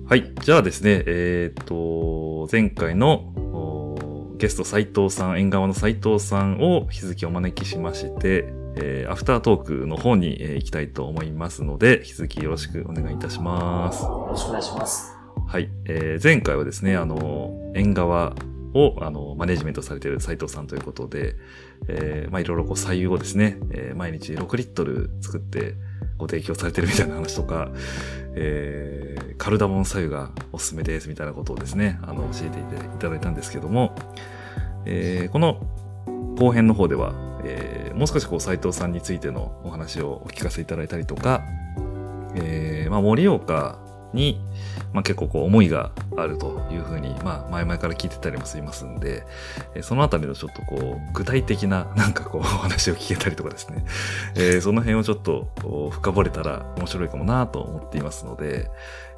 はい。じゃあですね、前回のゲスト斉藤さん、縁側の斉藤さんを引き続きお招きしまして、アフタートークの方に、行きたいと思いますので、引き続きよろしくお願いいたします。 よろしくお願いします。 はい。前回はですね、縁側を、マネジメントされている斉藤さんということで、いろいろ白湯をですね、毎日6リットル作ってご提供されてるみたいな話とか、カルダモン白湯がおすすめですみたいなことをですね、教えていただいたんですけども、この後編の方では、もう少し斉藤さんについてのお話をお聞かせいただいたりとか、盛岡に、結構思いがあるというふうに、前々から聞いてたりもしますんで、そのあたりのちょっと具体的なお話を聞けたりとかですね、その辺をちょっと深掘れたら面白いかもなと思っていますので、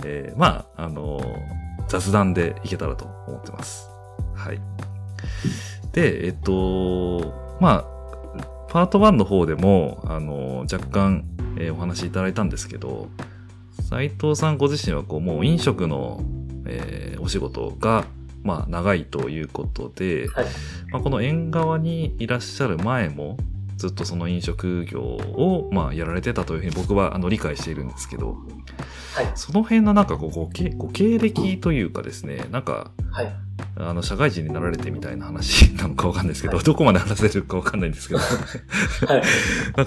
雑談でいけたらと思ってます。はい。で、パート1の方でも、若干、お話いただいたんですけど、斉藤さんご自身はもう飲食の、お仕事が、長いということで、 はい。 この縁側にいらっしゃる前も、ずっとその飲食業を、やられてたというふうに僕は理解しているんですけど、 はい。 その辺のご経歴というかですね、 はい。 社会人になられてみたいな話なのかわかんないですけど、どこまで話せるかわかんないんですけど、 はい。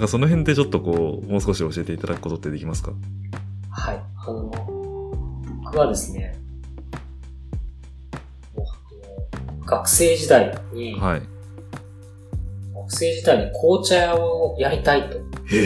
その辺でちょっともう少し教えていただくことってできますか？ はい。僕はですね、学生時代に、 はい。 学生時代に紅茶屋をやりたいと。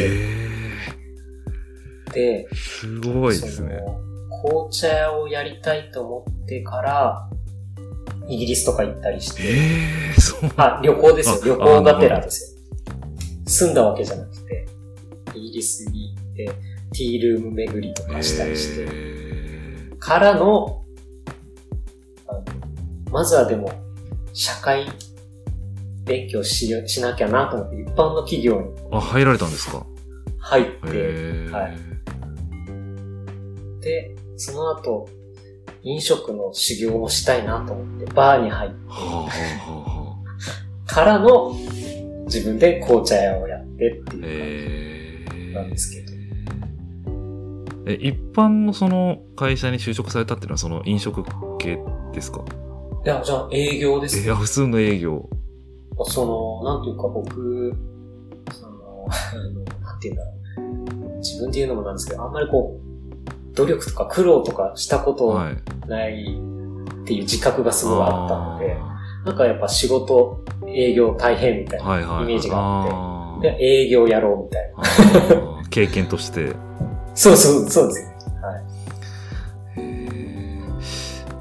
で、 すごいですね。 紅茶屋をやりたいと思ってから、イギリスとか行ったりして。旅行ですよ。旅行がてらですよ。住んだわけじゃなくて、イギリスに行って、ティールーム巡りとかしたりして、からの、まずはでも、社会勉強しなきゃなと思って、一般の企業に。 入られたんですか？ 入って、はい。で、その後、飲食の修行をしたいなと思って、バーに入って、からの、自分で紅茶屋をやってっていう感じなんですけど。 一般のその会社に就職されたっていうのはその飲食系ですか？ いや、じゃあ営業ですね。 普通の営業。 なんていうか僕、なんていうんだろう。自分で言うのもなんですけど、あんまり努力とか苦労とかしたことないっていう自覚がすごいあったので、やっぱ仕事、営業大変みたいなイメージがあって、で、営業やろうみたいな。 経験として。 そうですね。はい。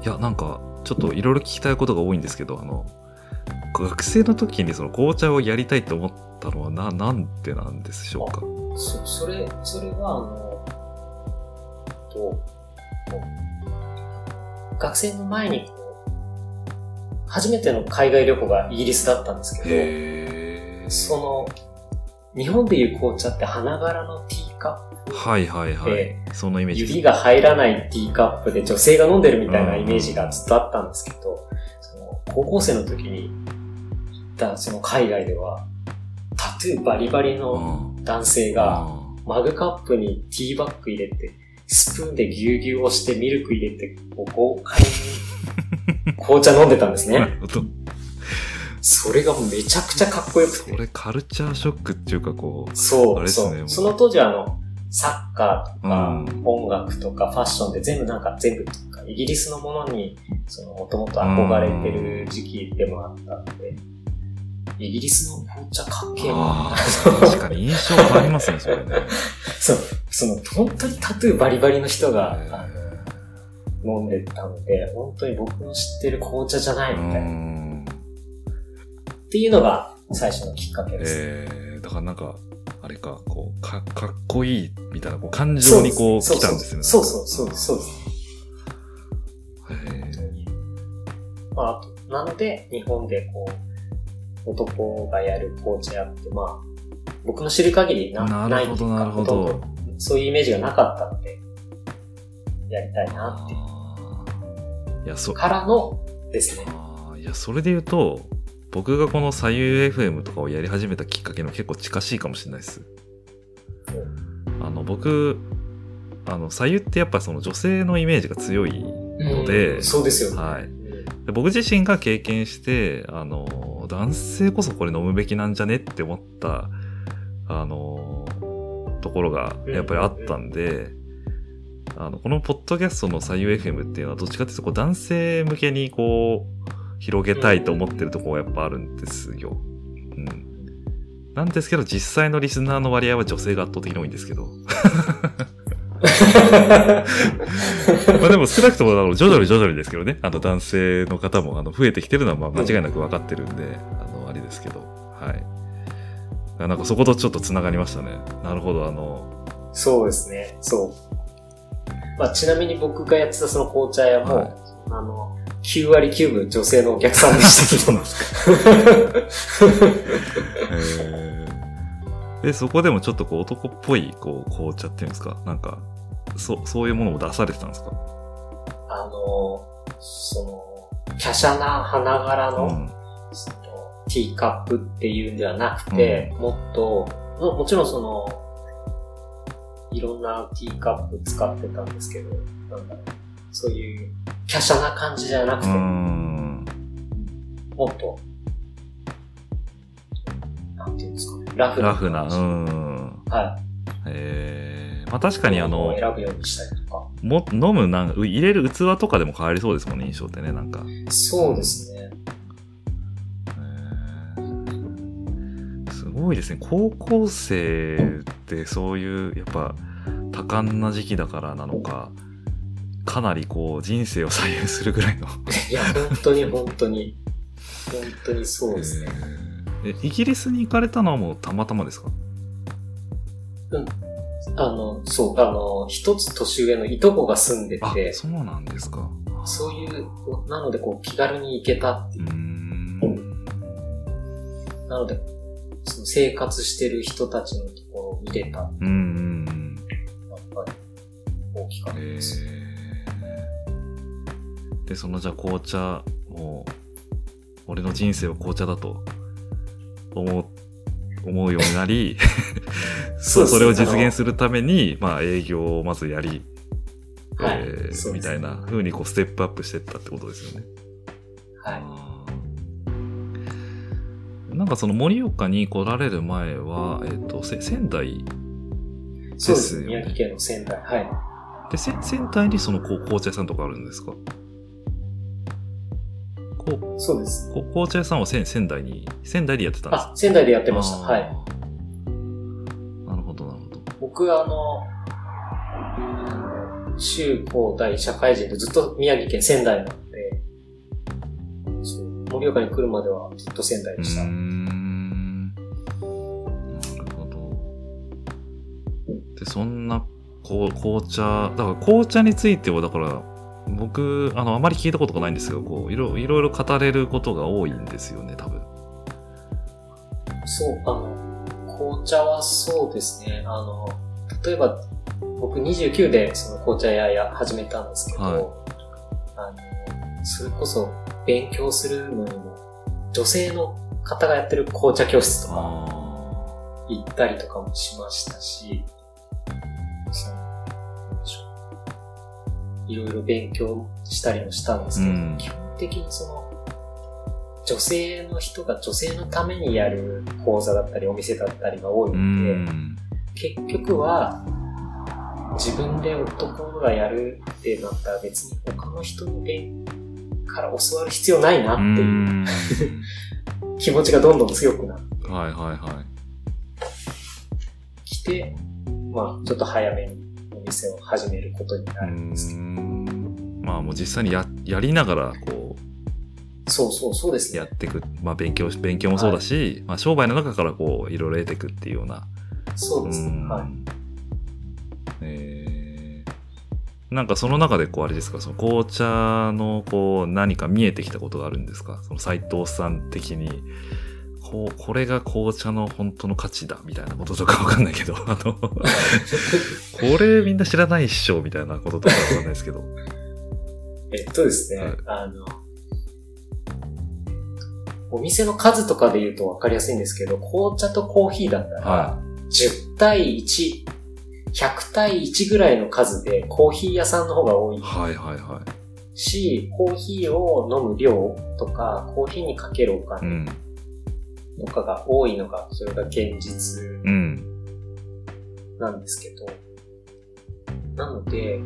いや、ちょっといろいろ聞きたいことが多いんですけど、学生の時にその紅茶をやりたいと思ったのはなんでなんでしょうか？ それは学生の前に初めての海外旅行がイギリスだったんですけど、日本でいう紅茶って花柄のティーカップ。 はいはいはい。そのイメージ。 指が入らないティーカップで女性が飲んでるみたいなイメージがずっとあったんですけど、高校生の時に行ったその海外では、タトゥーバリバリの男性がマグカップにティーバッグ入れて、スプーンでギュウギュウをしてミルク入れて、豪快に紅茶飲んでたんですね。なるほど。それがめちゃくちゃかっこよくて。 それカルチャーショックっていうかそう。 あれですね。 その当時サッカーとか、音楽とかファッションで全部イギリスのものに、もともと憧れてる時期でもあったので、イギリスの紅茶かっけえな。 確かに印象がありますね、それね。 本当にタトゥーバリバリの人が、飲んでたので、本当に僕の知ってる紅茶じゃないみたいな。っていうのが最初のきっかけです。 だからあれか、かっこいいみたいな、感情に来たんですよね。 そうです。なので、日本で男がやる紅茶屋って、僕の知る限りないっていうか、ほとんどそういうイメージがなかったので、やりたいなって。 いや、 からのですね。 いや、それで言うと、僕がこの左右 FM とかをやり始めたきっかけの結構近しいかもしれないです。僕、左右ってやっぱその女性のイメージが強いので、 そうですよね。 はい。で僕自身が経験して、男性こそこれ飲むべきなんじゃねって思った、ところがやっぱりあったんで、このポッドキャストの左右 FM っていうのはどっちかっていうとこう男性向けにこう広げたいと思ってるところがやっぱあるんですよ。うん。なんですけど実際のリスナーの割合は女性が圧倒的に多いんですけど。まあでも少なくとも徐々にですけどね、男性の方も増えてきてるのはまあ間違いなく分かってるんで、あれですけど、はい。なんかそことちょっと繋がりましたね。なるほど、 そうですね、そう。まあちなみに僕がやってたその紅茶屋も、はい、9割9分女性のお客さんでしたけど。 で、そこでもちょっとこう男っぽいこう紅茶っていうんですか、なんか、そういうものも出されてたんですか？ 華奢な花柄の、ティーカップっていうんではなくて、もっと、もちろんいろんなティーカップ使ってたんですけど、なんだろう、そういう華奢な感じじゃなくて、もっと、なんていうんですかね、ラフな。はい。 まあ確かに選ぶようにしたりとか。 飲む入れる器とかでも変わりそうですもんね、印象ってね、なんか。 そうですね。 すごいですね。高校生ってそういう、やっぱ、多感な時期だからなのか、かなりこう、人生を左右するぐらいの。 いや、本当にそうですね。 イギリスに行かれたのはもうたまたまですか？ うん。一つ年上のいとこが住んでて。 そうなんですか。 そういう、なのでこう気軽に行けたっていう。なので、その生活してる人たちのところを見れた。やっぱり大きかったです。 で、じゃあ紅茶、もう、俺の人生は紅茶だと思うようになり、それを実現するために、まあ営業をまずやり、みたいな風にこうステップアップしていったってことですよね。 はい。 なんか盛岡に来られる前は、仙台そうですね。宮城県の仙台。はい。 で、仙台に紅茶屋さんとかあるんですか？ そうです。 紅茶屋さんは仙台でやってたんですか？ 仙台でやってました。はい。 なるほど。 僕中高大社会人でずっと宮城県仙台なので、盛岡に来るまではずっと仙台でした。なるほど。で、そんな紅茶、だから紅茶についてはだから、僕、あまり聞いたことがないんですが、こう、いろいろ語れることが多いんですよね、多分。 そう、紅茶はそうですね。例えば、僕29でその紅茶屋始めたんですけど、はい、それこそ勉強するのにも、女性の方がやってる紅茶教室とか、行ったりとかもしましたし、いろいろ勉強したりもしたんですけど、基本的に女性の人が女性のためにやる講座だったりお店だったりが多いので、結局は自分で男がやるってなったら別に他の人のから教わる必要ないなっていう気持ちがどんどん強くなってきて、まあちょっと早めにお店を始めることになるんですけど。 まあもう実際にやりながらこうそうですね。 やっていく。まあ勉強もそうだし、まあ商売の中からこういろいろ得ていくっていうような。 そうですね。はい。 なんかその中でこうあれですか、紅茶のこう何か見えてきたことがあるんですか？斉藤さん的に。これが紅茶の本当の価値だみたいなこととかわかんないけど、これみんな知らないっしょみたいなこととかわかんないですけど。 ですね、 はい、 お店の数とかで言うと分かりやすいんですけど、紅茶とコーヒーだったら、10対1、100対1ぐらいの数でコーヒー屋さんの方が多い。 はいはいはい。 し、コーヒーを飲む量とか、コーヒーにかけるお金とかが多いのが、それが現実なんですけど、なので、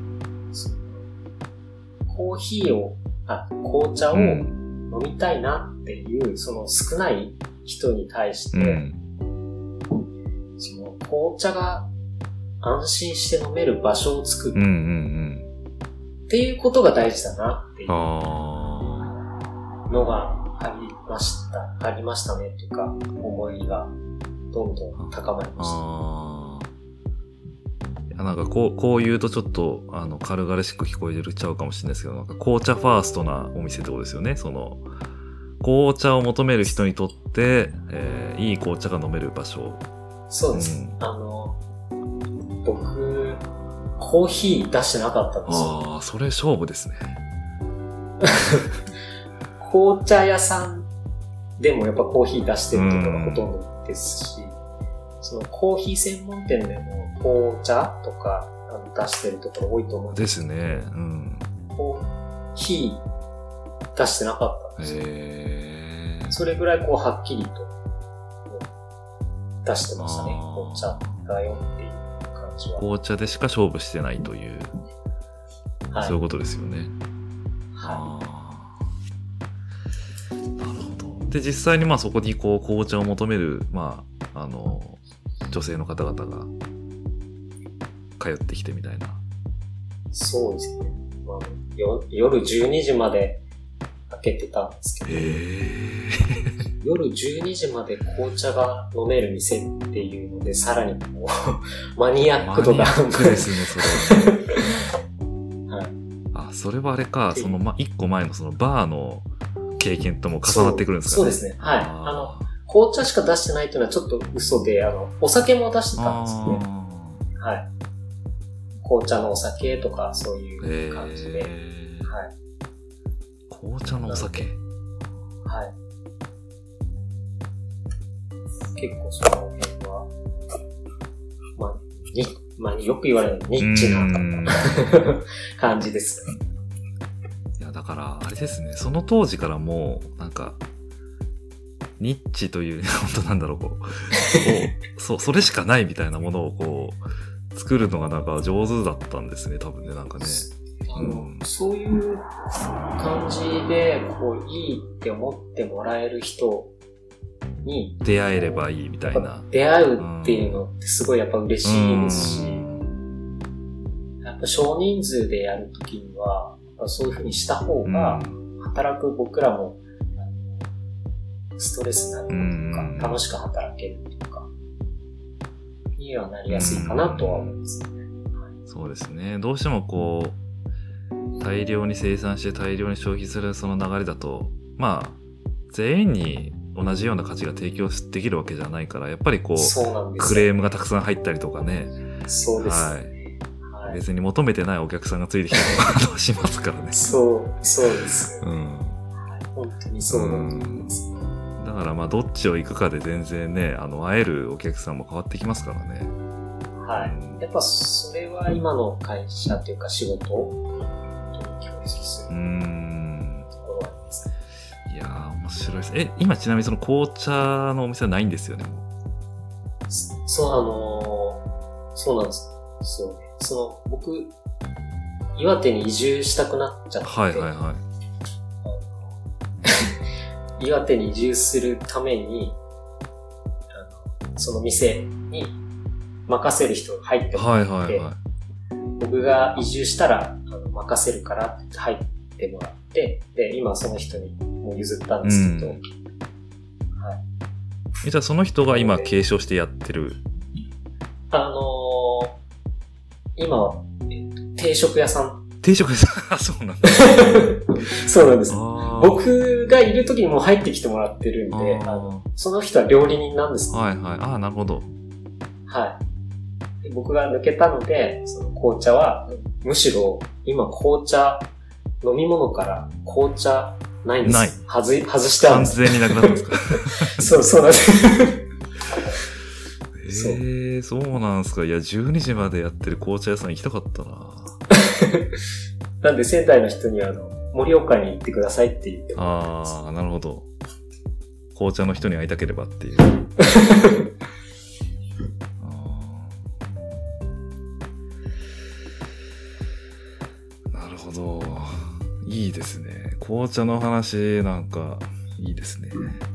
コーヒー紅茶を飲みたいなっていう、その少ない人に対して、その紅茶が安心して飲める場所を作る。っていうことが大事だなっていうのがありましたねっていうか、思いがどんどん高まりました。 なんかこう言うとちょっと軽々しく聞こえちゃうかもしれないですけど、なんか紅茶ファーストなお店ってことですよね。その紅茶を求める人にとって、いい紅茶が飲める場所。 そうです。僕コーヒー出してなかったんですよ。 ああ、それ勝負ですね。 紅茶屋さんでもやっぱコーヒー出してるところがほとんどですし、そのコーヒー専門店でも紅茶とか出してるところ多いと思うんですですね。 コーヒー出してなかったんですよ。それぐらいはっきりと出してましたね。紅茶だよっていう感じは。 紅茶でしか勝負してないという、はい、そういうことですよね。 はい。 なるほど。で、実際にそこに紅茶を求める、女性の方々が通ってきてみたいな。 そうですね。夜12時まで開けてたんですけど、夜12時まで紅茶が飲める店っていうので、さらにマニアック度が。マニアックですね、それは。はい。 それはあれか、その一個前のそのバーの経験とも重なってくるんですかね。 そうですね。はい。紅茶しか出してないというのはちょっと嘘で、お酒も出してたんですよね。はい。紅茶のお酒とかそういう感じで。はい。 紅茶のお酒。 はい。結構その辺は、よく言われるニッチな感じですね。 いや、だから、あれですね、その当時からもう、なんか、ニッチという、本当なんだろう、それしかないみたいなものを作るのがなんか上手だったんですね、多分ね、なんかね。 そういう感じで、いいって思ってもらえる人に出会えればいいみたいな。 出会うっていうのってすごいやっぱ嬉しいですし、やっぱ少人数でやるときには、そういう風にした方が、働く僕らも、ストレスなるとか、楽しく働けるとか、にはなりやすいかなとは思いますね。 そうですね。どうしても大量に生産して大量に消費するその流れだと、全員に同じような価値が提供できるわけじゃないから、やっぱりクレームがたくさん入ったりとかね。 そうです。はい。 別に求めてないお客さんがついてきたりとかしますからね。 そうです。本当にそうだと思います。 だからどっちを行くかで全然ね、会えるお客さんも変わってきますからね。 はい。やっぱそれは今の会社というか仕事を本当に共識するところはありますね。 いやー、面白いです。今ちなみにその紅茶のお店はないんですよね、もう。 そうなんですよ。僕、岩手に移住したくなっちゃって。岩手に移住するために、その店に任せる人が入ってもらって、僕が移住したら任せるからって入ってもらって、で、今その人にもう譲ったんですけど、 じゃあその人が今継承してやってる？ 今は、定食屋さん。 定食屋さんそうなんだ。 そうなんです。僕がいる時にもう入ってきてもらってるんで、その人は料理人なんですね。 なるほど。 はい。僕が抜けたので、その紅茶は、むしろ今紅茶飲み物から紅茶ないんです。 ない。 外してあるん完です。 全になくなったんですか？ そうなんです。 そうなんですか。いや、12時までやってる紅茶屋さん行きたかったな。 なんで仙台の人に盛岡に行ってくださいって言ってもらってます。 ああ、なるほど。紅茶の人に会いたければっていう。なるほど。いいですね。紅茶の話なんかいいですね。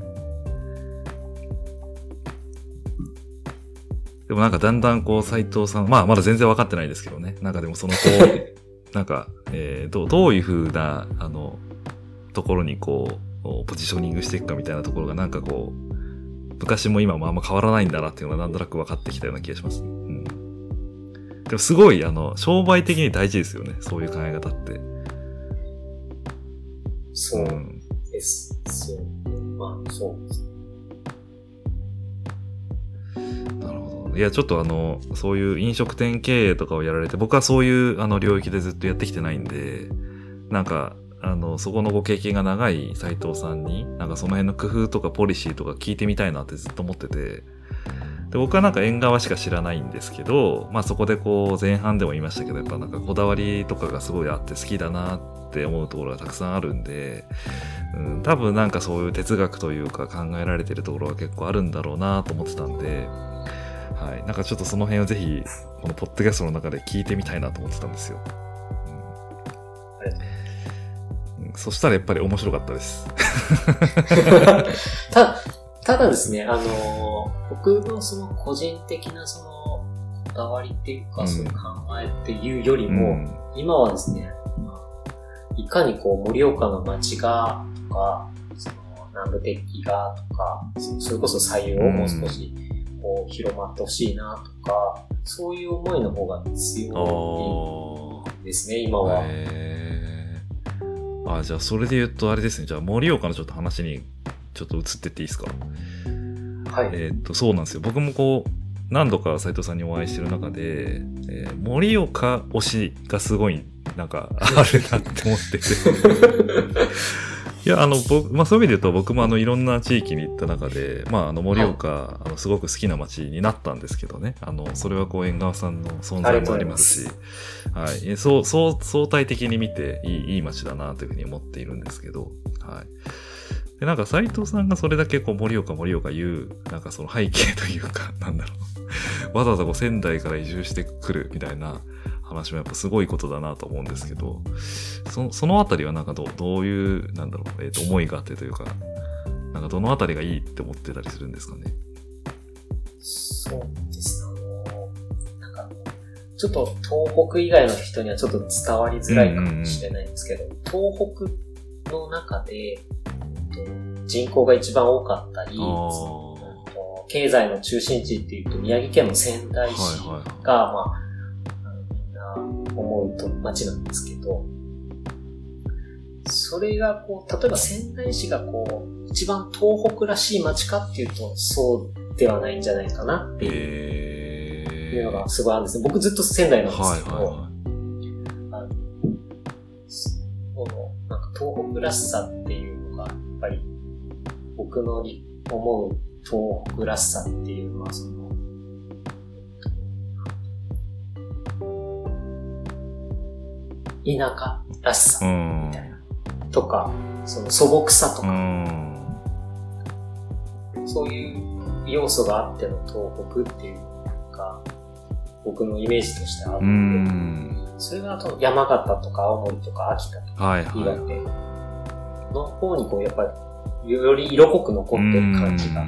でもなんかだんだんこう斉藤さん、まあまだ全然分かってないですけどね。なんかでもそのこう、なんか、どういう風な、ところにこう、ポジショニングしていくかみたいなところがなんかこう、昔も今もあんま変わらないんだなっていうのがなんとなく分かってきたような気がします。うん。でもすごい、商売的に大事ですよね。そういう考え方って。 そうです。まあ、そうです。 なるほど。いや、ちょっとそういう飲食店経営とかをやられて、僕はそういう領域でずっとやってきてないんで、なんか、そこのご経験が長い斉藤さんに、なんかその辺の工夫とかポリシーとか聞いてみたいなってずっと思ってて、で、僕はなんか縁側しか知らないんですけど、まあそこでこう前半でも言いましたけど、やっぱなんかこだわりとかがすごいあって好きだなって思うところがたくさんあるんで、多分なんかそういう哲学というか考えられてるところが結構あるんだろうなと思ってたんで、はい。なんかちょっとその辺をぜひ、このポッドキャストの中で聞いてみたいなと思ってたんですよ。そしたらやっぱり面白かったです。 ただですね、僕のその個人的なそのこだわりっていうか、そういう考えっていうよりも、今はですね、いかにこう盛岡の街がとか、その南部鉄器がとか、それこそ左右をもう少しこう広まってほしいなとか、そういう思いの方が強いですね、今は。 じゃあそれで言うとあれですね、じゃあ盛岡のちょっと話にちょっと移ってっていいですか？ はい。 そうなんですよ。僕もこう、何度か斉藤さんにお会いしてる中で、盛岡推しがすごい、なんか、あるなって思ってて。いや、まあ、そういう意味で言うと、僕もいろんな地域に行った中で、まあ、盛岡、すごく好きな街になったんですけどね。それはこう、縁側さんの存在もありますし、はい。相対的に見ていい街だなというふうに思っているんですけど、はい。で、なんか斉藤さんがそれだけこう盛岡言う、なんかその背景というか、なんだろう。わざわざこう仙台から移住してくるみたいな話もやっぱすごいことだなと思うんですけど、そのあたりはなんかどういう、なんだろう、思いがあってというか、なんかどのあたりがいいって思ってたりするんですかね。 そうですね。なんかちょっと東北以外の人にはちょっと伝わりづらいかもしれないんですけど、東北の中で人口が一番多かったり、経済の中心地っていうと宮城県の仙台市が、まあ、みんな思うと街なんですけど、それがこう、例えば仙台市がこう、一番東北らしい街かっていうと、そうではないんじゃないかなっていうのがすごいあるんですね。僕ずっと仙台なんですけど、なんか東北らしさっていうのが、やっぱり僕の思う東北らしさっていうのは、その、田舎らしさみたいな。とか、その素朴さとか、そういう要素があっての東北っていうのが、僕のイメージとしてあって、それがあと山形とか青森とか秋田とか岩手の方にこうやっぱりより色濃く残ってる感じが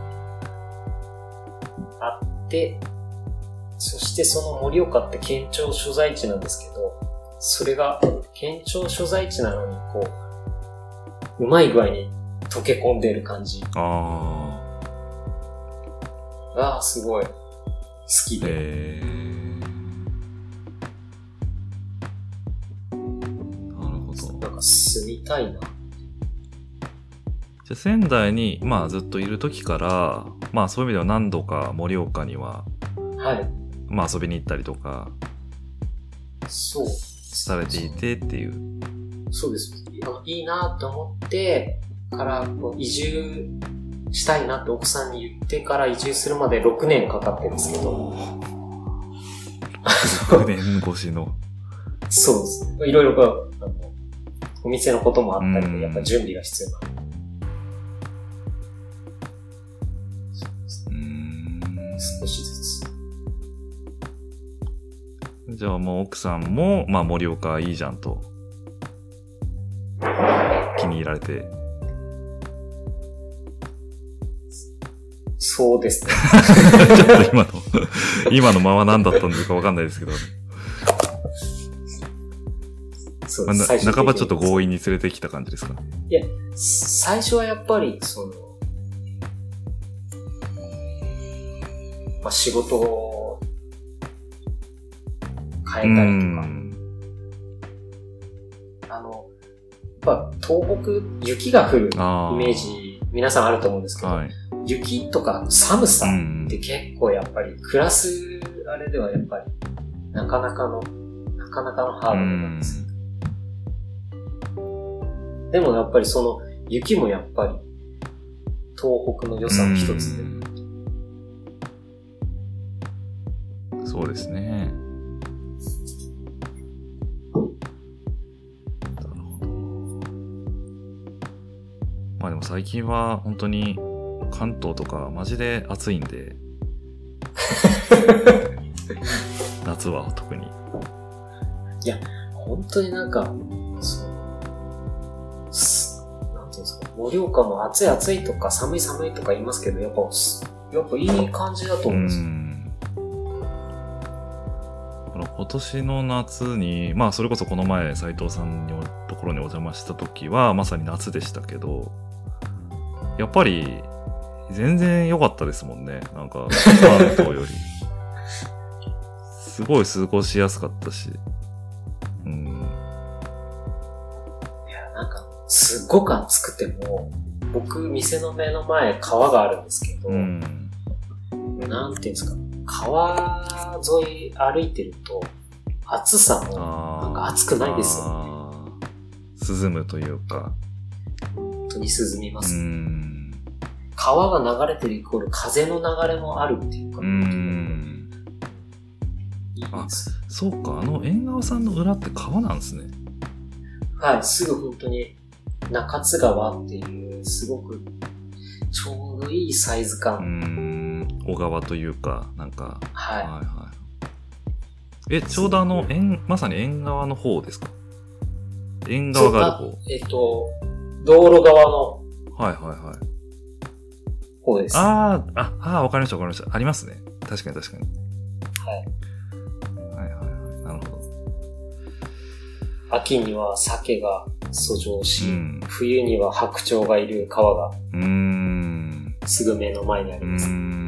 あって、そしてその盛岡って県庁所在地なんですけど、それが県庁所在地なのにこううまい具合に溶け込んでいる感じがすごい好きで、 なるほど。 なんか住みたいな。 じゃあ仙台にまあずっといる時から、まあそういう意味では何度か盛岡には、 はい、 まあ遊びに行ったりとか、 そうされていてっていう。 そうです。いいなと思ってから移住したいなって奥さんに言ってから移住するまで6年かかってるんですけど。 6年越しの。 そうです。いろいろお店のこともあったりで、やっぱ準備が必要なので。少しずつ。 じゃあもう奥さんも、まあ盛岡いいじゃんと。気に入られて。 そうですね。 ちょっと今のまま何だったんだかわかんないですけど。 そうです。 半ばちょっと強引に連れてきた感じですかね。 いや、最初はやっぱり、まあ、仕事を変えたりとか。やっぱ東北、雪が降るイメージ、皆さんあると思うんですけど、はい、雪とか寒さって結構やっぱり、暮らすあれではやっぱり、なかなかのハードなんですよ。でもやっぱりその雪もやっぱり東北の良さの一つで。 そうですね。なるほど。まあでも最近は本当に関東とかマジで暑いんで。夏は特に。 いや、本当になんか、なんていうんですか、盛岡も暑いとか寒いとか言いますけど、やっぱいい感じだと思うんですよ。 今年の夏に、まあそれこそこの前斉藤さんのところにお邪魔した時はまさに夏でしたけど、やっぱり全然良かったですもんね。なんか関東よりすごい過ごしやすかったし。 なんか、すっごく暑くても、僕、店の目の前、川があるんですけど、なんていうんですか、川沿い歩いてると、暑さも、なんか暑くないですよね。 涼むというか。 本当に涼みますね。川が流れてるイコール風の流れもあるっていうか、いいです。 そうか、縁側さんの裏って川なんですね。 はい、すぐ本当に中津川っていう、すごくちょうどいいサイズ感。 小川というか、なんか。 はい。 はいはい。ちょうどまさに縁側の方ですか？縁側がある方。 道路側の。 はいはいはい。 方です。 わかりました。ありますね。確かに。 はい。 はいはいはい。なるほど。 秋には鮭が遡上し、冬には白鳥がいる川が、すぐ目の前にあります。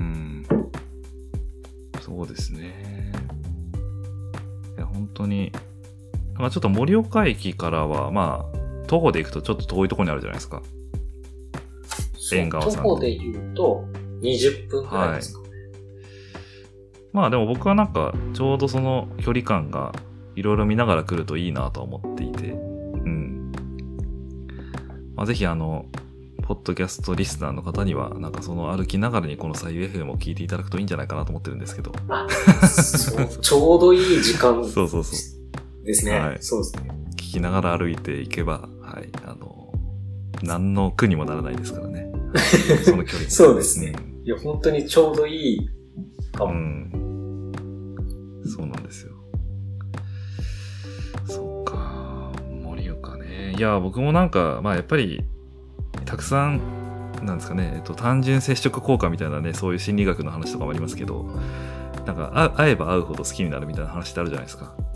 そうですね。いや、本当に、なんかちょっと盛岡駅からは、まあ、徒歩で行くとちょっと遠いところにあるじゃないですか。縁側さん。 徒歩で言うと、20分くらいですかね。 まあでも僕はなんか、ちょうどその距離感が、いろいろ見ながら来るといいなと思っていて、まあ、ぜひポッドキャストリスナーの方には、なんかその歩きながらにこの左右 FM を聞いていただくといいんじゃないかなと思ってるんですけど。 ちょうどいい時間。 そう。 ですね。 はい。 そうですね。 聞きながら歩いていけば、はい。何の苦にもならないですからね。その距離。 そうですね。いや、本当にちょうどいいかも。 そうなんですよ。そうか、盛岡ね。いや、僕もなんか、まあやっぱり、たくさん、なんですかね、単純接触効果みたいなね、そういう心理学の話とかもありますけど、なんか、会えば会うほど好きになるみたいな話ってあるじゃないですか。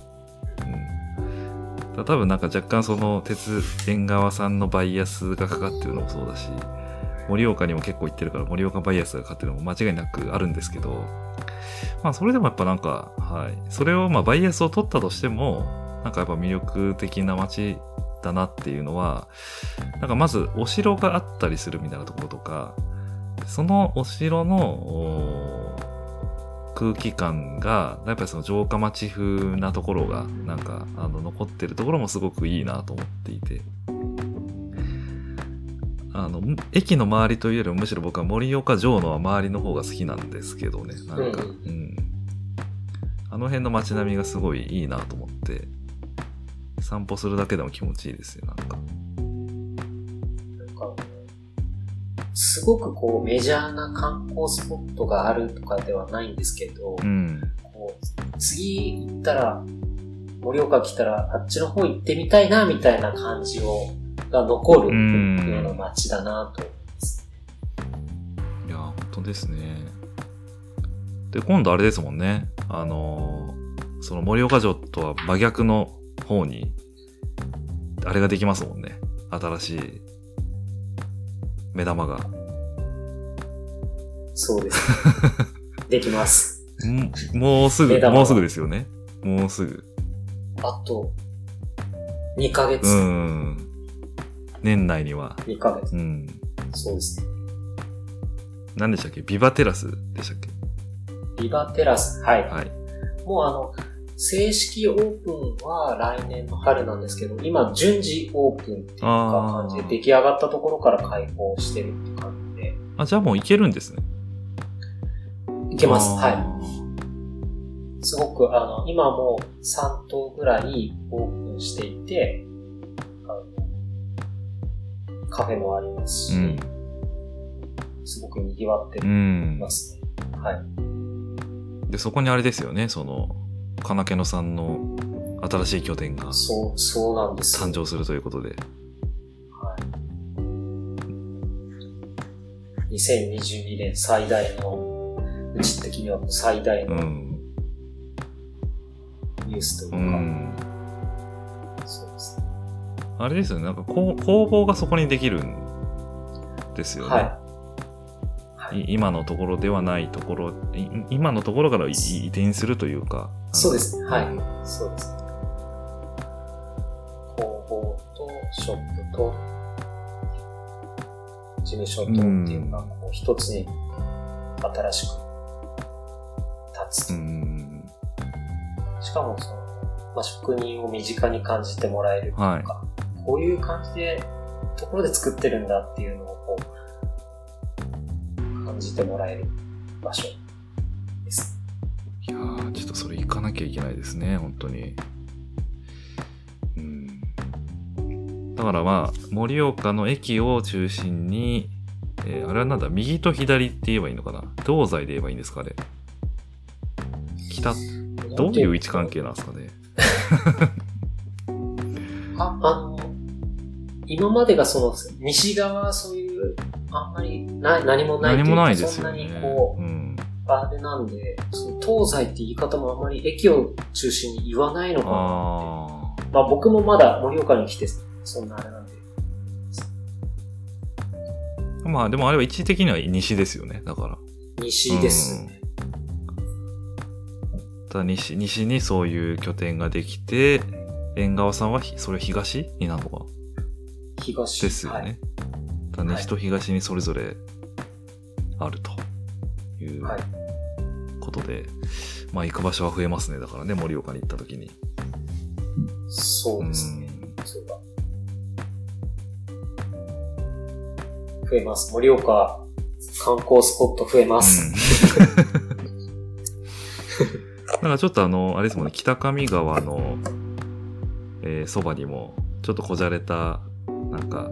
多分なんか若干その、縁側さんのバイアスがかかってるのもそうだし、盛岡にも結構行ってるから、盛岡バイアスがかかってるのも間違いなくあるんですけど、まあそれでもやっぱなんか、はい。それをまあバイアスを取ったとしても、なんかやっぱ魅力的な街だなっていうのは、なんかまずお城があったりするみたいなところとか、そのお城の空気感が、やっぱりその城下町風なところが、なんか、残ってるところもすごくいいなと思っていて。駅の周りというよりもむしろ僕は盛岡城の周りの方が好きなんですけどね。なんか、あの辺の街並みがすごいいいなと思って、散歩するだけでも気持ちいいですよ、なんか。 すごくこうメジャーな観光スポットがあるとかではないんですけど、こう次行ったら、盛岡来たらあっちの方行ってみたいなみたいな感じが残るような街だなと思います。 いや、本当ですね。で、今度あれですもんね。その盛岡城とは真逆の方に、あれができますもんね。新しい目玉が。 そうです。できます。 もうすぐですよね。もうすぐ。 あと、2ヶ月。 年内には。 2ヶ月。そうですね。 何でしたっけ？ビバテラスでしたっけ？ ビバテラス。はい。もう正式オープンは来年の春なんですけど、今順次オープンっていう感じで出来上がったところから開放してるって感じで。 じゃあもう行けるんですね。 行けます。はい。すごく今もう3棟ぐらいオープンしていて、カフェもありますし、すごく賑わってますね。はい。 で、そこにあれですよね、金気野さんの新しい拠点がそうなんです。 誕生するということで。 はい。2022年最大の、うち的には最大のニュースというか、そうですね。 あれですよね、なんか工房がそこにできるんですよね。今のところではないところ、今のところから移転するというか。 そうですね。はい。そうですね。工房とショップと事務所とっていうのが一つに新しく立つ。しかも職人を身近に感じてもらえるというか、こういう感じでところで作ってるんだっていうのを感じてもらえる場所です。 いやー、ちょっとそれ行かなきゃいけないですね、本当に。だから盛岡の駅を中心に、あれはなんだ、右と左って言えばいいのかな？東西で言えばいいんですかね？北、どういう位置関係なんですかね？ 今までが西側そういうあんまり何もないというか、 何もないですよね。 そんなにあれなんで、東西って言い方もあんまり駅を中心に言わないのかなって。僕もまだ盛岡に来て、そんなあれなんで。 でもあれは位置的には西ですよね、だから。 西ですね。 ただ西にそういう拠点ができて、縁側さんはそれ東になるのか。 東ですよね。ただ西と東にそれぞれあるということで、行く場所は増えますね。だからね、盛岡に行った時に。 そうですね。そうだ。増えます。盛岡観光スポット増えます。 なんかちょっとあれですもんね、北上川の、そばにも、ちょっとこじゃれた、なんか、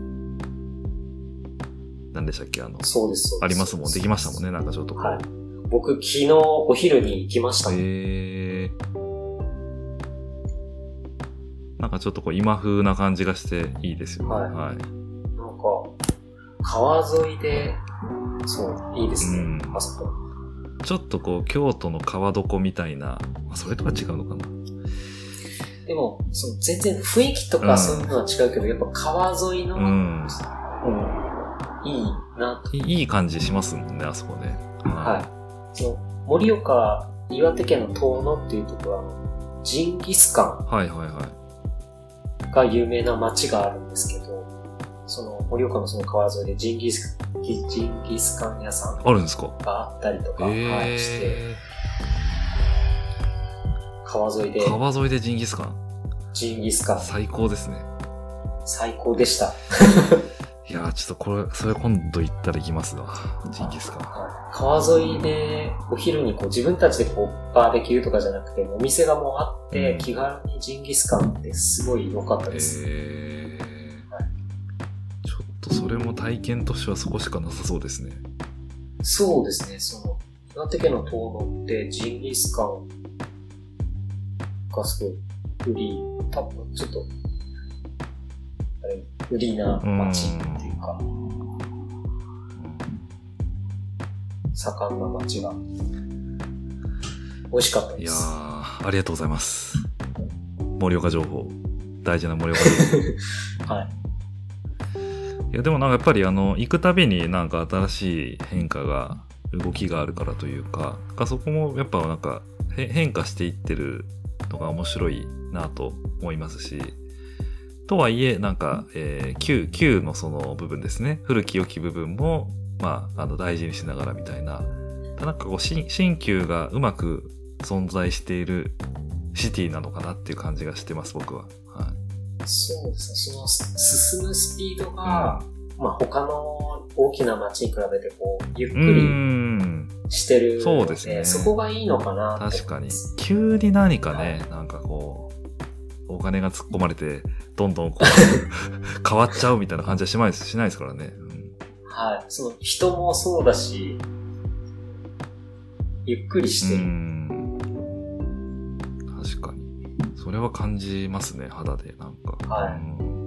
何でしたっけそうです。 ありますもん。できましたもんね、なんかちょっとはい。僕、昨日お昼に行きました。 なんかちょっと今風な感じがしていいですよね。はい。 なんか、川沿いで、いいですね。あそこ。 ちょっと京都の川床みたいな、それとは違うのかな。 でも、全然雰囲気とかそういうのは違うけど、やっぱ川沿いの、いいなと。 いい感じしますもんね、あそこね。 はい。盛岡、岩手県の遠野っていうところは、ジンギスカンが有名な町があるんですけど、盛岡の川沿いでジンギスカン屋さんあるんですか？ があったりとかして、 川沿いで。 川沿いでジンギスカン。 ジンギスカン。 最高ですね。 最高でした。 いやー、ちょっとそれ今度行ったら行きますわ。ジンギスカン。 川沿いでお昼にこう自分たちでこうバーベキューとかじゃなくて、お店がもうあって、気軽にジンギスカンってすごい良かったです。 ちょっとそれも体験としてはそこしかなさそうですね。 そうですね。岩手県の遠野ってジンギスカンがすごい売り、多分ちょっと、売りな街っていうか、盛んな街が美味しかったです。 いやー、ありがとうございます。盛岡情報。大事な盛岡情報。 はい。 いや、でもなんかやっぱり行くたびになんか新しい変化が、動きがあるからというか、そこもやっぱなんか変化していってるのが面白いなと思いますし、とはいえなんか、旧のその部分ですね。古き良き部分も、まあ、大事にしながらみたいな。なんかこう、新旧がうまく存在しているシティなのかなっていう感じがしてます、僕は。はい。 そうですね。進むスピードが、まあ他の大きな街に比べてこう、ゆっくりしてるので、 そうですね。 そこがいいのかなと。 確かに。急に何かね、なんかこう、お金が突っ込まれて、どんどんこう、変わっちゃうみたいな感じはしないですからね。 はい。人もそうだし、ゆっくりしてる。 確かに。それは感じますね、肌で、なんか。 はい。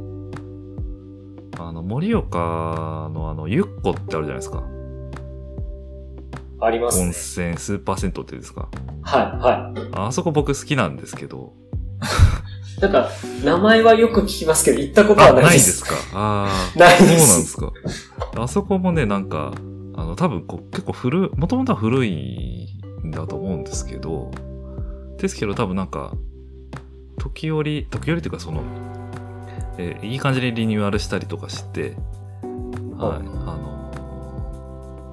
盛岡のゆっこってあるじゃないですか。 ありますね。 温泉、スーパー銭湯っていうんですか。 はい、はい。 あそこ僕好きなんですけど。 なんか、名前はよく聞きますけど、行ったことはないです。 ないですか。 ないです。 そうなんですか。あそこもね、なんか、多分結構もともとは古いんだと思うんですけど、ですけど多分なんか、時折っていうかいい感じにリニューアルしたりとかして、はい、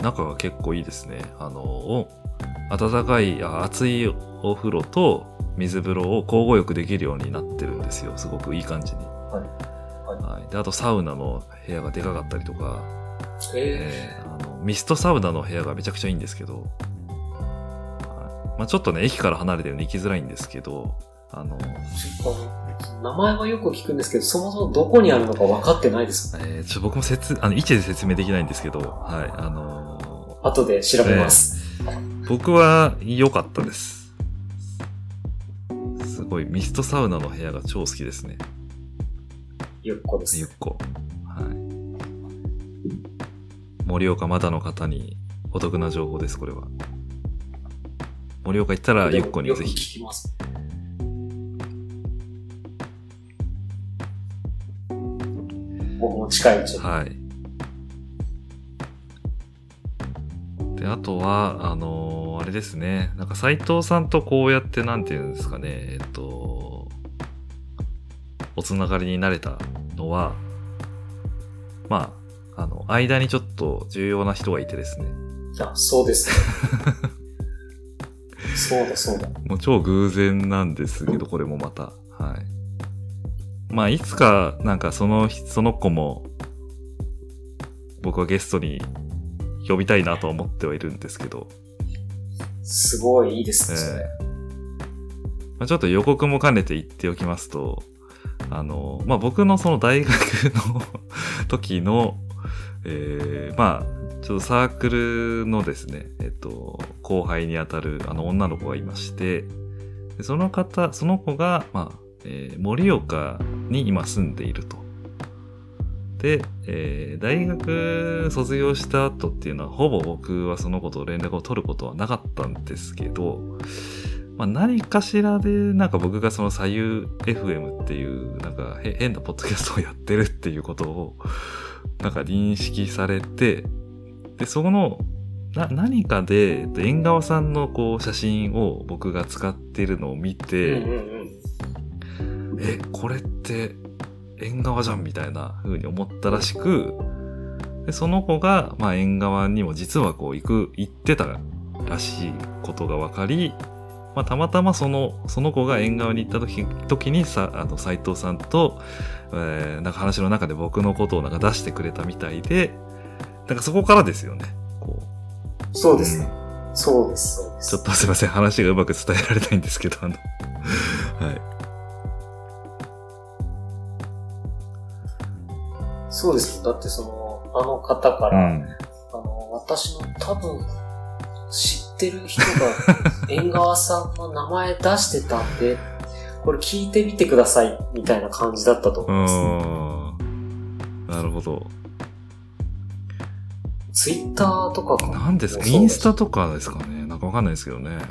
中が結構いいですね。温かい、熱いお風呂と水風呂を交互浴できるようになってるんですよ。すごくいい感じに。はい。で、あとサウナの部屋がでかかったりとか、ミストサウナの部屋がめちゃくちゃいいんですけど、まあちょっとね、駅から離れてるんで行きづらいんですけど、 名前はよく聞くんですけど、そもそもどこにあるのか分かってないです。 僕も位置で説明できないんですけど、はい、 後で調べます。 僕は良かったです。すごい、ミストサウナの部屋が超好きですね。 ゆっこです。 ゆっこ。はい。盛岡まだの方にお得な情報です、これは。盛岡行ったらゆっこにぜひ。 よく聞きます。僕も近いうちに。 はい。で、あとは、あれですね。なんか斉藤さんとこうやってなんていうんですかね。おつながりになれたのは、まあ、間にちょっと重要な人がいてですね。 そうですね。そうだ。 もう超偶然なんですけど、これもまた。はい。まあ、いつか、なんかその子も、僕はゲストに呼びたいなと思ってはいるんですけど。 すごいいいですね、それ。 まあ、ちょっと予告も兼ねて言っておきますと、まあ、僕のその大学の時の、まあ、ちょっとサークルのですね、後輩にあたる女の子がいまして、でその子が、まあ、盛岡に今住んでいると。で、大学卒業した後っていうのは、ほぼ僕はその子と連絡を取ることはなかったんですけど、まあ、何かしらで、なんか僕がその左右 FM っていう、なんか変なポッドキャストをやってるっていうことを、なんか認識されて、で、その、何かで、縁側さんのこう写真を僕が使っているのを見て、これって縁側じゃんみたいな風に思ったらしく、でその子が、まあ縁側にも実はこう行ってたらしいことが分かり、 まあ、たまたまその子が縁側に行った時にさ、斉藤さんと、なんか話の中で僕のことをなんか出してくれたみたいで、なんかそこからですよね。こうそうですね。そうです、そうです。 ちょっとすいません、話がうまく伝えられないんですけど、はい。 そうですよ。だってあの方から、私の多分、知ってる人が縁側さんの名前出してたんで、これ聞いてみてください、みたいな感じだったと思います。 なるほど。 ツイッターとかかなんですか、インスタとかですかね。なんかわかんないですけどね。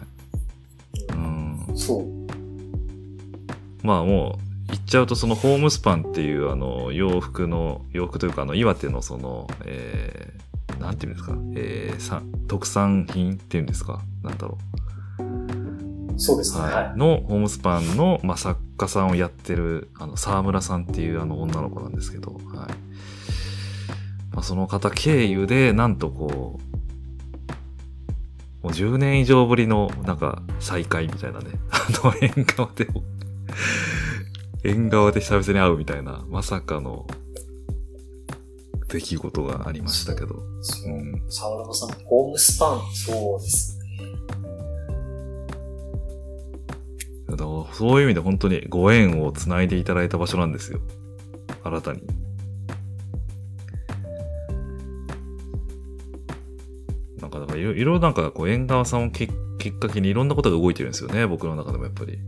そう。 まあもう、言っちゃうとホームスパンっていう洋服というか岩手のなんていうんですか、特産品っていうんですか、なんだろう。そうですね。はい。 のホームスパンの、まあ、作家さんをやってる、沢村さんっていう女の子なんですけど、はい。まあ、その方経由で、なんともう10年以上ぶりの、なんか、再会みたいなね。縁側で久々に会うみたいな、まさかの、出来事がありましたけど。 沢村さん、ホームスパン、そうですね。 だからそういう意味で本当にご縁をつないでいただいた場所なんですよ。新たに。なんか、だからいろいろなんか縁側さんをきっかけにいろんなことが動いてるんですよね。僕の中でもやっぱり。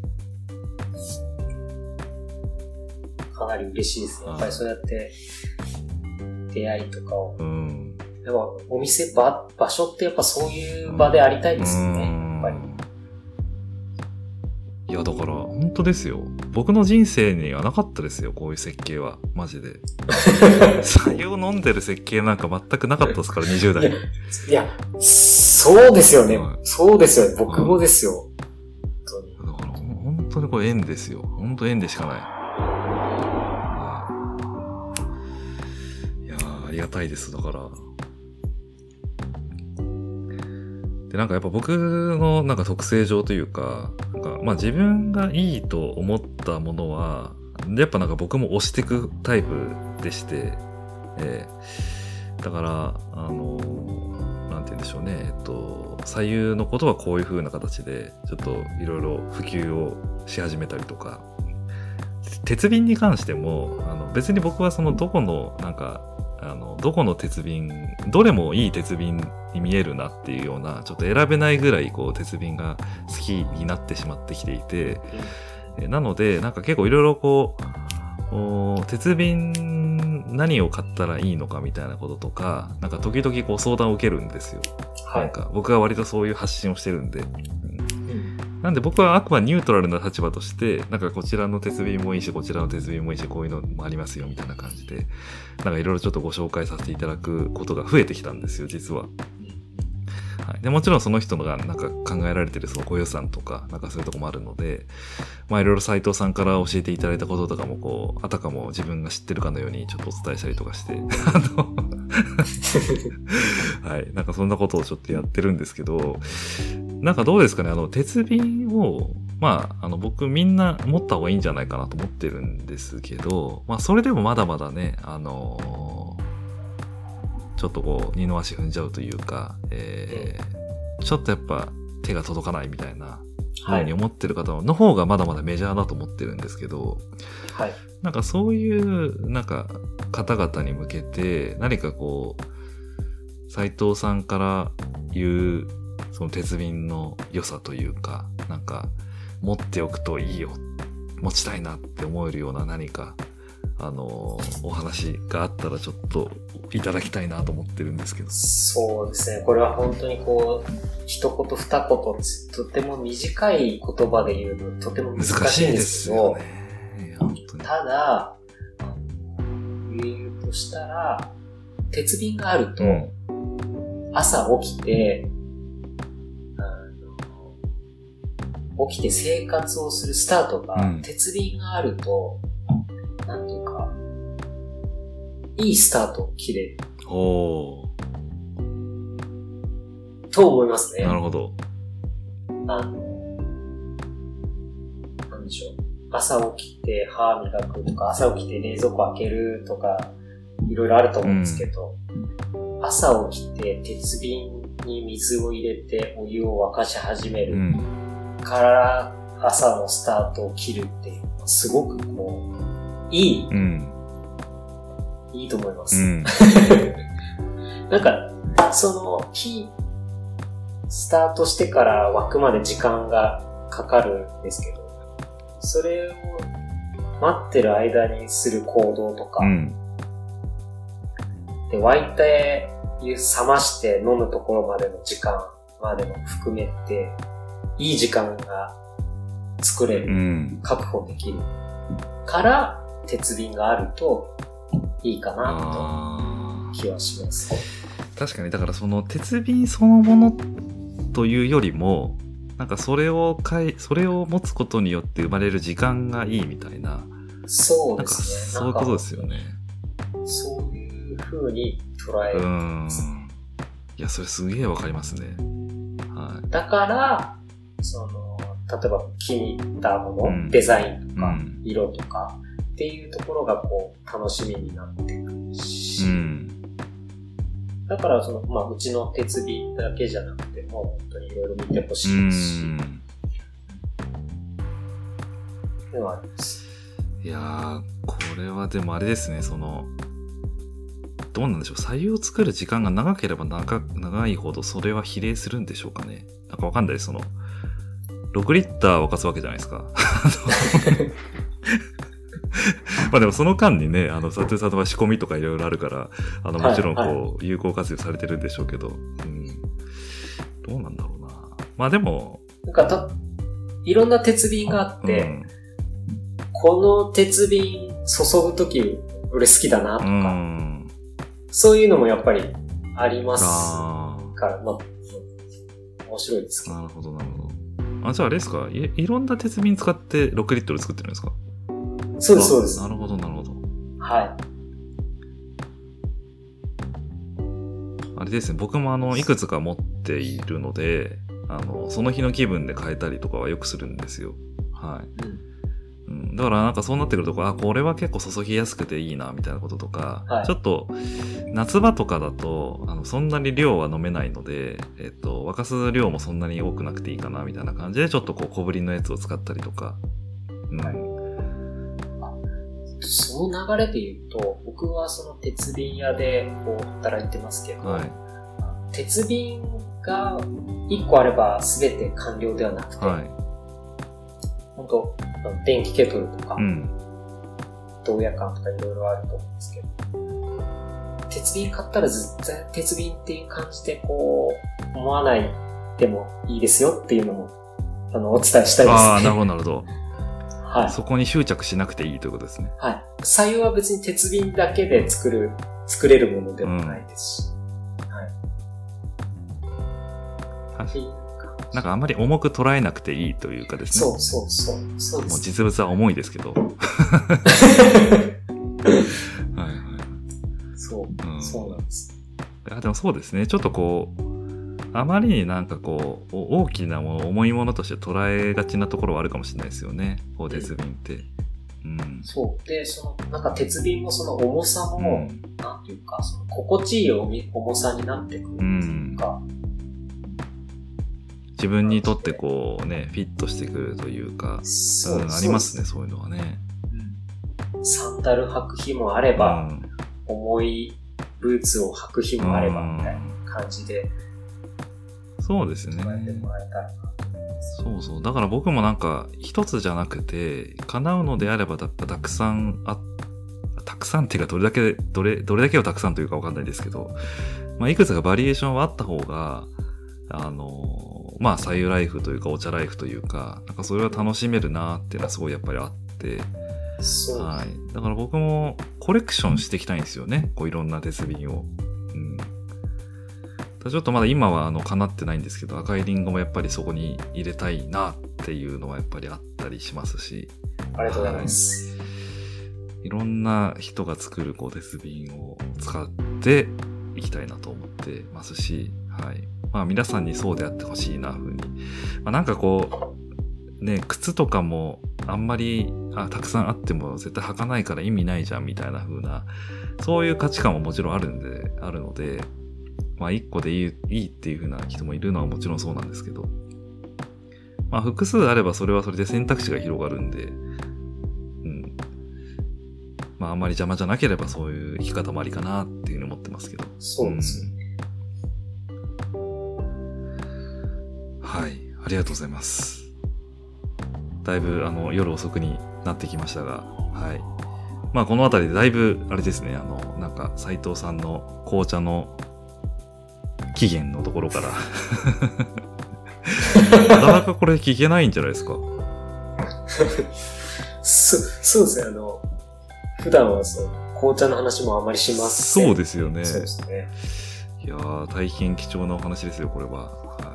かなり嬉しいですね。やっぱりそうやって、出会いとかを。でも、お店、場所ってやっぱそういう場でありたいですよね。やっぱり。 いや、だから、本当ですよ。僕の人生にはなかったですよ、こういう設計は。マジで。白湯を飲んでる設計なんか全くなかったですから、20代。 いや、そうですよね。そうですよね。僕もですよ。 だから、本当にこれ縁ですよ。本当縁でしかない。ありがたいです、だから。で、なんかやっぱ僕のなんか特性上というか、まあ自分がいいと思ったものは、やっぱなんか僕も押していくタイプでして、だから、なんて言うんでしょうね、左右のことはこういう風な形で、ちょっといろいろ普及をし始めたりとか、鉄瓶に関しても、別に僕はどこの、なんか、どこの鉄瓶、どれもいい鉄瓶に見えるなっていうような、ちょっと選べないぐらい、鉄瓶が好きになってしまってきていて、なので、なんか結構いろいろ鉄瓶何を買ったらいいのかみたいなこととか、なんか時々相談を受けるんですよ。はい。なんか僕は割とそういう発信をしてるんで。なんで僕はあくまでニュートラルな立場として、なんかこちらの鉄瓶もいいし、こちらの鉄瓶もいいし、こういうのもありますよ、みたいな感じで、なんかいろいろちょっとご紹介させていただくことが増えてきたんですよ、実は。はい。で、もちろんその人がなんか考えられてるご予算とか、なんかそういうとこもあるので、まあいろいろ斉藤さんから教えていただいたこととかもあたかも自分が知ってるかのようにちょっとお伝えしたりとかして、はい。なんかそんなことをちょっとやってるんですけど、なんかどうですかね、鉄瓶を、まあ、僕みんな持った方がいいんじゃないかなと思ってるんですけど、まあそれでもまだまだね、ちょっと二の足踏んじゃうというか、ちょっとやっぱ手が届かないみたいなふうに思ってる方の方がまだまだメジャーだと思ってるんですけど、はい。なんかそういうなんか方々に向けて何か斉藤さんから言うその鉄瓶の良さというか、なんか持っておくといいよ、持ちたいなって思えるような何かお話があったらちょっといただきたいなと思ってるんですけど。 そうですね。これは本当に一言二言、とても短い言葉で言うのとても難しいんですけど、ただ、言うとしたら、鉄瓶があると、朝起きて生活をするスタートが、鉄瓶があると、なんていうか、いいスタートを切れる。と思いますね。 なるほど。 でしょう。朝起きて歯磨くとか、朝起きて冷蔵庫開けるとか、いろいろあると思うんですけど、朝起きて鉄瓶に水を入れてお湯を沸かし始めるから朝のスタートを切るっていうのはすごくこう、いいと思います。なんか、スタートしてから湧くまで時間がかかるんですけど、それを待ってる間にする行動とか、で、沸いて冷まして飲むところまでの時間までも含めて、いい時間が作れる、確保できるから、鉄瓶があるといいかなと気はします。 確かに、だからその鉄瓶そのものというよりも、なんかそれを持つことによって生まれる時間がいいみたいな。 そうですね。 そういうことですよね。 そういう風に捉えるんですね。 いや、それすげえわかりますね。はい。 だから、例えば気に入ったもの、デザインとか、色とかっていうところがこう楽しみになってくるし、だからうちの鉄瓶だけじゃなくても、本当にいろいろ見てほしいし、ではあります。 いやー、これはでもあれですね、どうなんでしょう、白湯を作る時間が長ければ長いほどそれは比例するんでしょうかね。なんかわかんないです。6リッター沸かすわけじゃないですか。まあでもその間にね、サトゥさんは仕込みとかいろいろあるから、もちろん有効活用されてるんでしょうけど、どうなんだろうな。まあでも、 いろんな鉄瓶があって、この鉄瓶注ぐとき俺好きだなとか、そういうのもやっぱりありますから、面白いですけど。 なるほど、なるほど。じゃああれですか、いろんな鉄瓶使って6リットル作ってるんですか？ そうです、そうです。 なるほど、なるほど。 はい。 あれですね、僕もいくつか持っているので、その日の気分で変えたりとかはよくするんですよ。はい。だからなんかそうなってくると、これは結構注ぎやすくていいな、みたいなこととか、ちょっと、夏場とかだと、そんなに量は飲めないので、沸かす量もそんなに多くなくていいかな、みたいな感じで、ちょっと小ぶりのやつを使ったりとか。 その流れで言うと、僕は鉄瓶屋で働いてますけど、鉄瓶が1個あれば全て完了ではなくて、本当電気ケトルとか、銅夜間とかいろいろあると思うんですけど、鉄瓶買ったら絶対鉄瓶っていう感じで思わないでもいいですよっていうのもお伝えしたいですね。 なるほど、なるほど。 はい。 そこに執着しなくていいということですね。 はい。白湯は別に鉄瓶だけで作れるものでもないですし。はい。 なんかあんまり重く捉えなくていいというかですね。 そうです。 もう実物は重いですけど。はいはい。 そうなんです。 でもそうですね。ちょっとあまりになんか大きなもの、重いものとして捉えがちなところはあるかもしれないですよね。鉄瓶って。 そう。で、なんか鉄瓶も重さも、なんていうか、心地いい重さになってくるっていうか、 自分にとってフィットしてくるというか、ありますね、そういうのはね。 サンダル履く日もあれば、重いブーツを履く日もあれば、みたいな感じで。 そうですね。そう。だから僕もなんか、一つじゃなくて、叶うのであればたくさんたくさんっていうかどれだけをたくさんというかわかんないですけど、いくつかバリエーションはあった方が、白湯ライフというかお茶ライフというか、なんかそれは楽しめるなっていうのはすごいやっぱりあって、はい。だから僕もコレクションしていきたいんですよね。いろんな鉄瓶を。ちょっとまだ今は叶ってないんですけど、赤いリンゴもやっぱりそこに入れたいなっていうのはやっぱりあったりしますし。 ありがとうございます。 いろんな人が作る鉄瓶を使っていきたいなと思ってますし、はい。皆さんにそうであってほしいな、ふうに。なんか靴とかも、 あんまり、たくさんあっても絶対履かないから意味ないじゃんみたいな風な、そういう価値観ももちろんあるので、まあ1個でいいっていう風な人もいるのはもちろんそうなんですけど、まあ複数あればそれはそれで選択肢が広がるんで、うん。まああんまり邪魔じゃなければそういう生き方もありかなっていうふうに思ってますけど。 そうですね。 はい。ありがとうございます。だいぶ夜遅くになってきましたが、はい。まあこのあたりでだいぶ、あれですね、なんか斉藤さんの紅茶の起源のところから、なかなかこれ聞けないんじゃないですか。 そうですね、普段は紅茶の話もあまりしません。 そうですよね。 そうですね。 いやー、大変貴重なお話ですよ、これは。はい。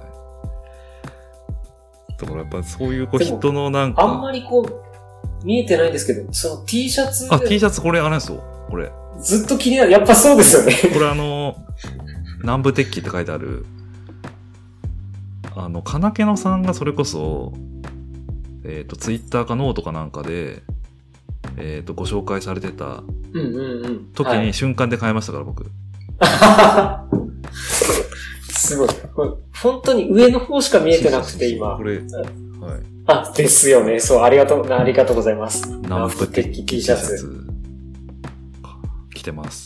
だからやっぱそういう人のなんか。 あんまり見えてないんですけど、その T シャツ。 T シャツこれあれですよ、これ。 ずっと気になる。やっぱそうですよね。 これ南部鉄器って書いてある、金気野さんがそれこそ、ツイッターかノートかなんかで、ご紹介されてた時に瞬間で買いましたから、僕。 すごい。本当に上の方しか見えてなくて、今。 これ、はい。 ですよね。そう、ありがとうございます。 南部鉄器 T シャツ。着てます。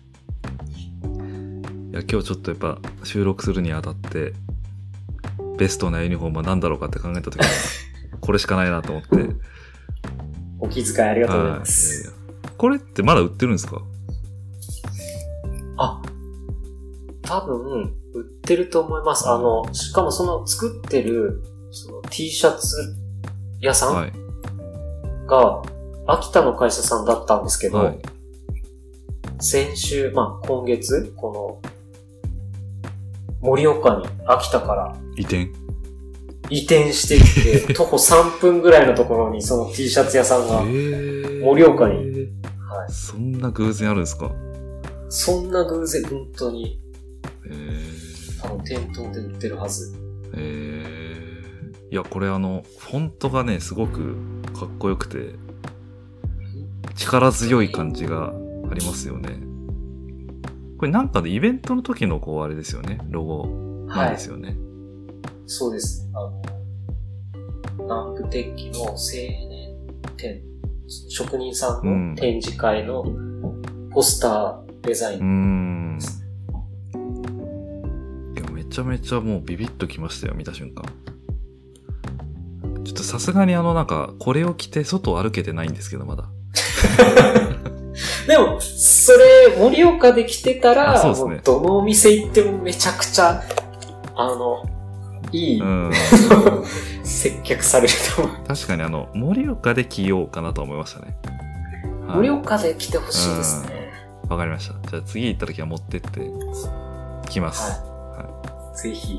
いや、今日ちょっとやっぱ収録するにあたって、ベストなユニフォームは何だろうかって考えた時に、これしかないなと思って。 お気遣いありがとうございます。 いやこれってまだ売ってるんですか？ 多分、売ってると思います。しかも作ってる、T シャツ屋さんが、秋田の会社さんだったんですけど、はい、先週、今月、盛岡に秋田から移転してきて、徒歩3分ぐらいのところにその T シャツ屋さんが、盛岡に、 はい。そんな偶然あるんですか？ そんな偶然、本当に。店頭で売ってるはず。 いや、これフォントがね、すごくかっこよくて、力強い感じがありますよね。これなんかね、イベントの時のあれですよね、ロゴなんですよね。はい、 そうです。南部鉄器の青年展、職人さんの展示会のポスターデザインですね。 いや、めちゃめちゃもうビビッときましたよ、見た瞬間。ちょっとさすがになんか、これを着て外を歩けてないんですけど、まだ。 でも、それ、盛岡で着てたら、 そうですね、 どのお店行ってもめちゃくちゃ、いい、接客されると思う。 確かに盛岡で着ようかなと思いましたね。 はい、盛岡で着てほしいですね。 わかりました。じゃあ次行った時は持ってって着ます。 はい。ぜひ。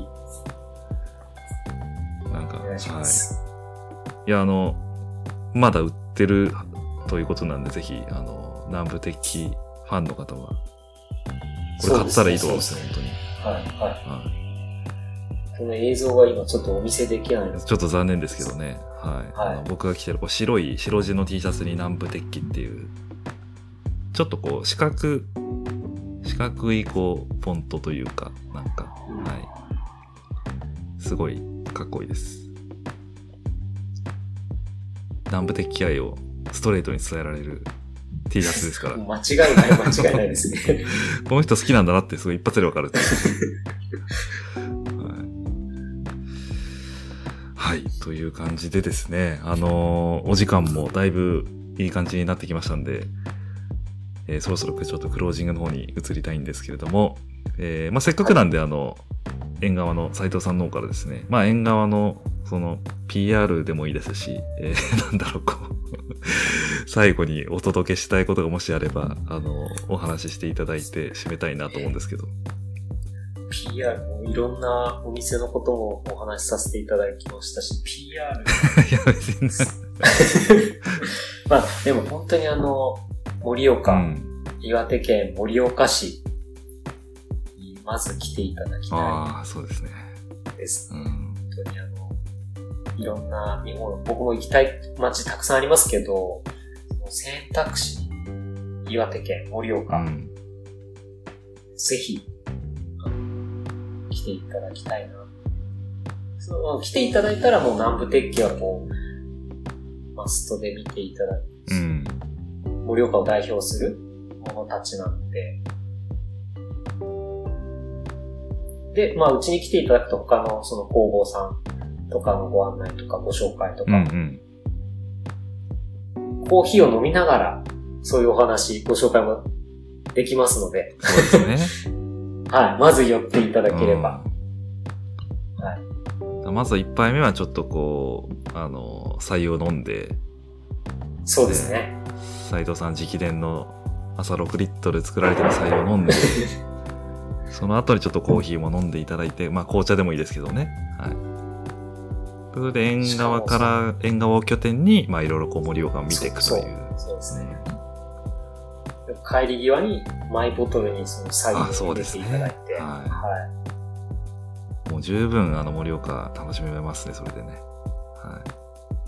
なんか、 お願いします。 はい。いや、まだ売ってるということなんで、ぜひ、南部鉄器ファンの方は、これ買ったらいいと思いますよ、本当に。 はい、はい。この映像は今ちょっとお見せできないんです。 ちょっと残念ですけどね。はい。はい、僕が着てる白地の T シャツに南部鉄器っていう、ちょっと四角いフォントというか、なんか、はい。すごいかっこいいです。南部鉄器愛をストレートに伝えられる T シャツですから。 間違いないですね。 この人好きなんだなってすごい一発でわかる。はい。という感じでですね、お時間もだいぶいい感じになってきましたんで、そろそろちょっとクロージングの方に移りたいんですけれども、せっかくなんで縁側の斉藤さんの方からですね、縁側のPR でもいいですし、最後にお届けしたいことがもしあれば、お話ししていただいて締めたいなと思うんですけど。 PR もいろんなお店のこともお話しさせていただきましたし、PR いや別にでも本当に盛岡、岩手県盛岡市にまず来ていただきたい。 そうですね。 本当にいろんな日本、僕も行きたい街たくさんありますけど、選択肢、岩手県、盛岡、ぜひ、来ていただきたいな。来ていただいたらもう南部鉄器はこう、マストで見ていただく。盛岡を代表するものたちなので。で、まあ、うちに来ていただくと他のその工房さんとかのご案内とかご紹介とか、コーヒーを飲みながら、そういうお話、ご紹介もできますので。 そうですね。 はい。まず寄っていただければ。 はい。まず1杯目はちょっとこう、採用飲んで。 そうですね。 斉藤さん直伝の朝6リットル作られてる採用飲んで、その後にちょっとコーヒーも飲んでいただいて、まあ紅茶でもいいですけどね。はい。それで縁側を拠点に、まあいろいろこう盛岡を見ていくという。 そうですね。帰り際にマイボトルにそのサインを入れていただいて、はい。 もう十分盛岡楽しめますね、それでね。はい。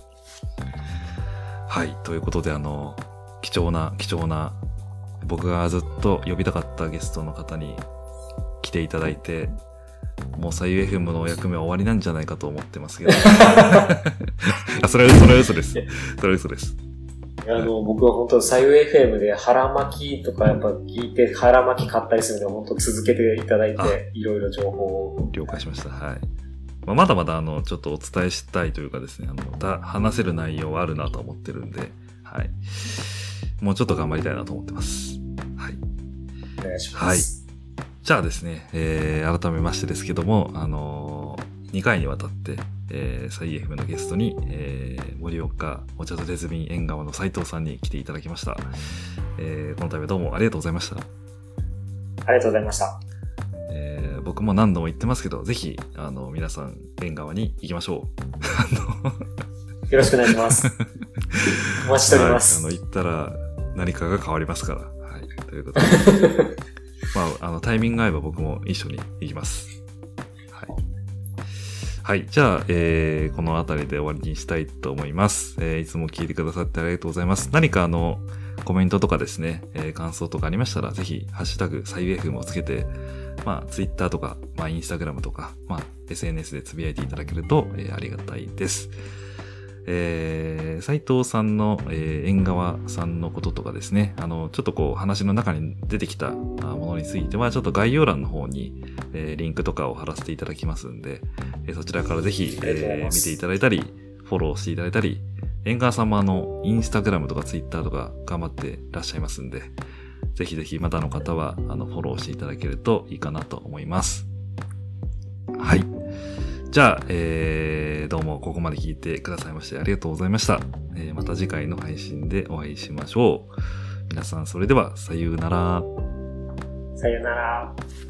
はい。ということで貴重な、僕がずっと呼びたかったゲストの方に来ていただいて、もう左右 FM の役目は終わりなんじゃないかと思ってますけど。それは嘘です。それは嘘です。 僕は本当左右 FM で腹巻きとかやっぱ聞いて腹巻き買ったりするので本当続けていただいていろいろ情報を了解しました。はい。まだまだちょっとお伝えしたいというかですね、話せる内容はあるなと思ってるんで、はい。もうちょっと頑張りたいなと思ってます。はい。 お願いします。 はい。じゃあですね、改めましてですけども、2回にわたって、サイ FM のゲストに、盛岡お茶と手摘み縁側の斉藤さんに来ていただきました。この度はどうもありがとうございました。 ありがとうございました。 僕も何度も言ってますけど、ぜひ、皆さん、縁側に行きましょう。よろしくお願いします。お待ちしております。 はい、行ったら何かが変わりますから。はい。ということで。まあ、タイミング合えば僕も一緒に行きます。はい。はい。じゃあ、この辺りで終わりにしたいと思います。いつも聞いてくださってありがとうございます。何かコメントとかですね、感想とかありましたら、ぜひ、ハッシュタグ、サイウェフもつけて、まあ、ツイッターとか、まあ、インスタグラムとか、まあ、SNS でつぶやいていただけると、ありがたいです。斉藤さんの、縁側さんのこととかですね、ちょっとこう、話の中に出てきたものについては、ちょっと概要欄の方に、リンクとかを貼らせていただきますんで、そちらからぜひ、見ていただいたり、フォローしていただいたり、縁側さんもインスタグラムとかツイッターとか頑張ってらっしゃいますんで、ぜひぜひまたの方は、フォローしていただけるといいかなと思います。はい。じゃあ、どうもここまで聞いてくださいましてありがとうございました。また次回の配信でお会いしましょう。皆さんそれではさようなら。 さようなら。